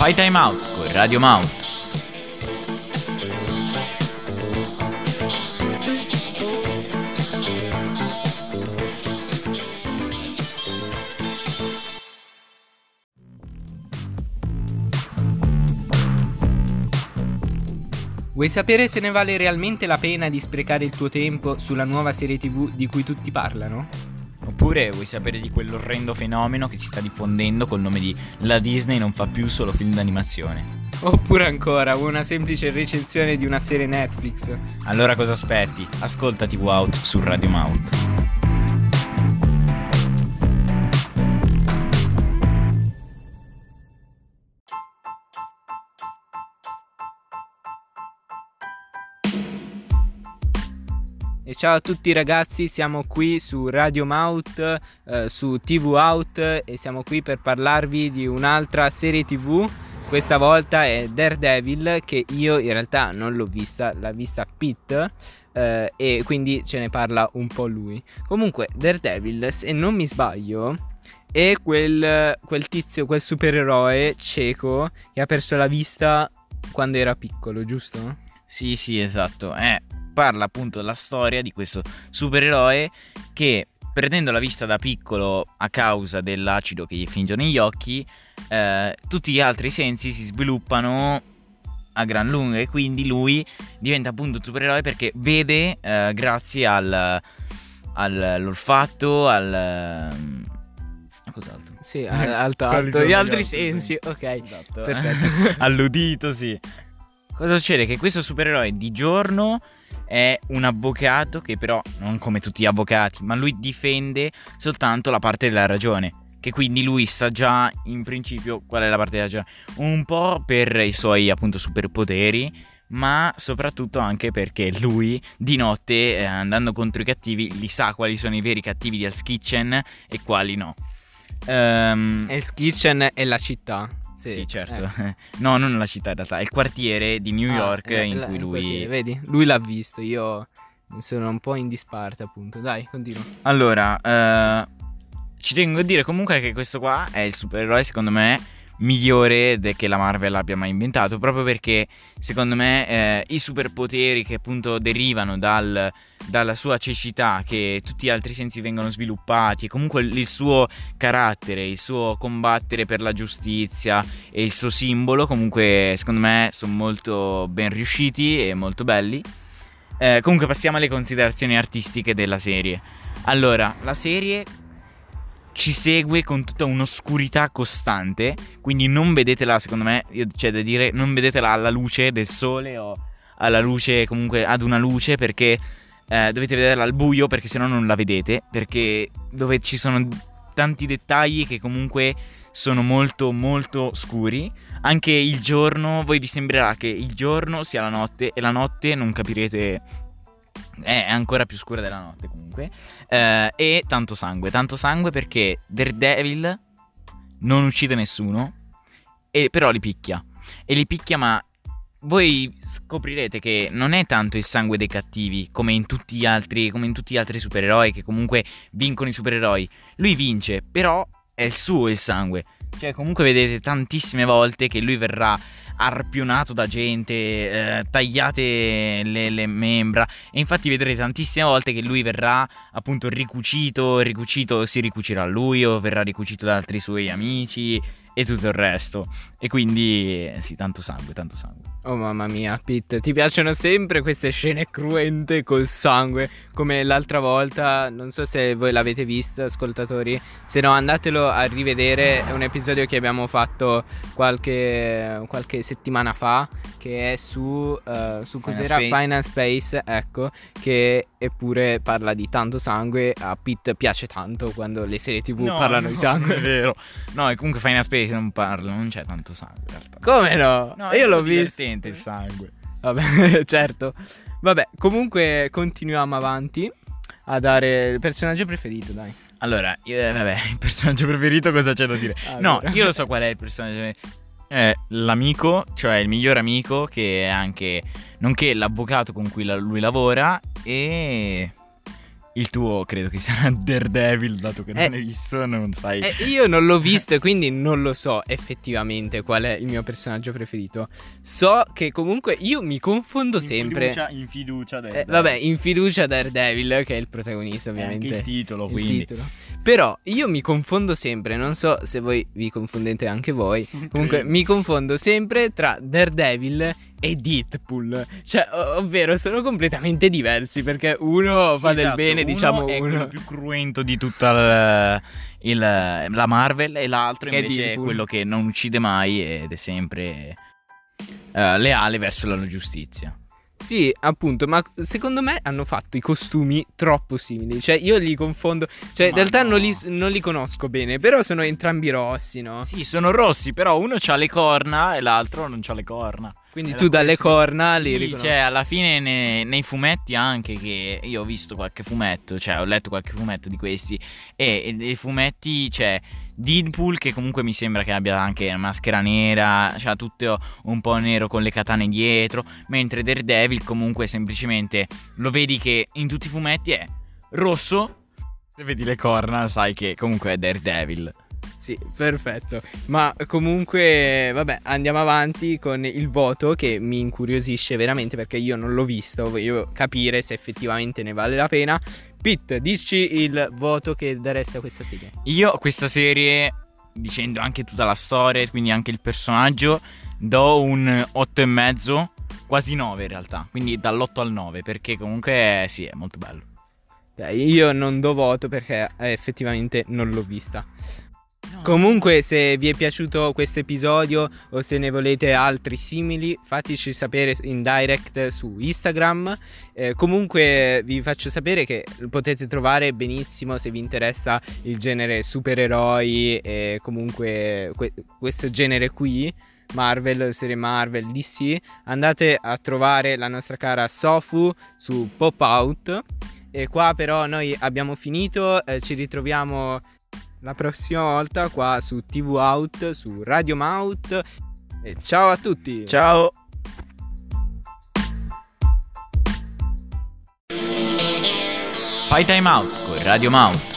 Fai Time Out con Radio Mount. Vuoi sapere se ne vale realmente la pena di sprecare il tuo tempo sulla nuova serie TV di cui tutti parlano? Oppure vuoi sapere di quell'orrendo fenomeno che si sta diffondendo col nome di La Disney non fa più solo film d'animazione? Oppure ancora una semplice recensione di una serie Netflix? Allora cosa aspetti? Ascolta TV Out su Radio Mount. E ciao a tutti ragazzi, siamo qui su Radio Mount, su TV Out, e siamo qui per parlarvi di un'altra serie TV. Questa volta è Daredevil, che io in realtà non l'ho vista, l'ha vista Pete, e quindi ce ne parla un po' lui. Comunque Daredevil, se non mi sbaglio, è quel tizio, quel supereroe cieco che ha perso la vista quando era piccolo, giusto? Sì, esatto. Parla appunto della storia di questo supereroe che, perdendo la vista da piccolo a causa dell'acido che gli è finito negli occhi, tutti gli altri sensi si sviluppano a gran lunga, e quindi lui diventa appunto un supereroe perché vede grazie all'olfatto, a cos'altro? Sì, al Quali tatto, sono gli gli altri altri sensi, ok, Esatto. perfetto. All'udito, sì. Cosa succede? Che questo supereroe di giorno è un avvocato che però, non come tutti gli avvocati, ma lui difende soltanto la parte della ragione, che quindi lui sa già in principio qual è la parte della ragione, un po' per i suoi appunto superpoteri, ma soprattutto anche perché lui di notte, andando contro i cattivi, li sa quali sono i veri cattivi di Hell's Kitchen e quali no. Hell's Kitchen è la città. Sì, certo. No, non la città in realtà, è il quartiere di New York in cui lui... quartiere, vedi? Lui l'ha visto, io sono un po' in disparte appunto. Dai, continua. Allora, ci tengo a dire comunque che questo qua è il supereroe secondo me migliore che la Marvel abbia mai inventato, proprio perché secondo me i superpoteri che appunto derivano dalla sua cecità, che tutti gli altri sensi vengono sviluppati, e comunque il suo carattere, il suo combattere per la giustizia e il suo simbolo, comunque secondo me sono molto ben riusciti e molto belli. Comunque passiamo alle considerazioni artistiche della serie. Allora, la serie ci segue con tutta un'oscurità costante, quindi non vedetela, secondo me, c'è da dire, non vedetela alla luce del sole o alla luce, comunque ad una luce, perché dovete vederla al buio, perché sennò non la vedete, perché dove ci sono tanti dettagli che comunque sono molto molto scuri. Anche il giorno, voi vi sembrerà che il giorno sia la notte e la notte non capirete, è ancora più scura della notte comunque. E tanto sangue perché Daredevil non uccide nessuno, e però li picchia, ma voi scoprirete che non è tanto il sangue dei cattivi come in tutti gli altri supereroi che comunque vincono i supereroi. Lui vince, però è il suo il sangue. Cioè comunque vedete tantissime volte che lui verrà arpionato da gente, tagliate le membra, e infatti vedrete tantissime volte che lui verrà appunto ricucito, si ricucirà lui o verrà ricucito da altri suoi amici e tutto il resto. E quindi sì, tanto sangue. Oh mamma mia, Pete, ti piacciono sempre queste scene cruente col sangue, come l'altra volta, non so se voi l'avete visto, ascoltatori, se no andatelo a rivedere, è un episodio che abbiamo fatto qualche settimana fa, che è su cos'era? Final Space, ecco, che eppure parla di tanto sangue. A Pete piace tanto quando le serie TV parlano di sangue. È vero. No, e comunque Final Space non c'è tanto sangue in realtà. Come no? No, io è l'ho visto. divertente il sangue. Vabbè, certo. Vabbè, comunque continuiamo avanti a dare il personaggio preferito, dai. Allora, il personaggio preferito cosa c'è da dire? No, io lo so qual è il personaggio. È l'amico, cioè il miglior amico, che è anche, nonché l'avvocato con cui lui lavora, e Il tuo credo che sarà Daredevil, dato che non l'hai visto, non sai. Io non l'ho visto e quindi non lo so effettivamente qual è il mio personaggio preferito. So che comunque io mi confondo sempre. In fiducia Daredevil. Vabbè, in fiducia Daredevil, che è il protagonista ovviamente. Anche il titolo, Il quindi. titolo. Però io mi confondo sempre, non so se voi vi confondete anche voi. Comunque mi confondo sempre tra Daredevil e Deadpool. Cioè, ovvero sono completamente diversi, perché uno fa del bene, diciamo, è uno quello più cruento di tutta la Marvel, e l'altro che invece è quello che non uccide mai ed è sempre leale verso la giustizia. Sì, appunto, ma secondo me hanno fatto i costumi troppo simili. Cioè, io li confondo. Cioè, in realtà no. non li conosco bene, però sono entrambi rossi, no? Sì, sono rossi, però uno ha le corna e l'altro non ha le corna. Quindi tu dalle corna li sì, riconosci. cioè alla fine nei fumetti anche, che io ho visto qualche fumetto, cioè ho letto qualche fumetto di questi, e nei fumetti c'è Deadpool che comunque mi sembra che abbia anche una maschera nera, cioè tutto un po' nero con le katane dietro, mentre Daredevil comunque semplicemente lo vedi che in tutti i fumetti è rosso, se vedi le corna sai che comunque è Daredevil. Sì, perfetto. Ma comunque, vabbè, andiamo avanti con il voto, che mi incuriosisce veramente perché io non l'ho visto, voglio capire se effettivamente ne vale la pena. Pete, dici il voto che daresti a questa serie. Io a questa serie, dicendo anche tutta la storia, quindi anche il personaggio, do un 8,5, quasi 9 in realtà, quindi dall'8 al 9, perché comunque sì, è molto bello. Io non do voto perché effettivamente non l'ho vista. Comunque, se vi è piaciuto questo episodio o se ne volete altri simili, fateci sapere in direct su Instagram. Comunque vi faccio sapere che potete trovare benissimo, se vi interessa il genere supereroi e comunque questo genere qui, Marvel, serie Marvel, DC, andate a trovare la nostra cara Sofu su Pop Out. E qua però noi abbiamo finito, ci ritroviamo la prossima volta qua su TV Out, su Radio Mouth. E ciao a tutti. Ciao. Fai time out con Radio Mouth.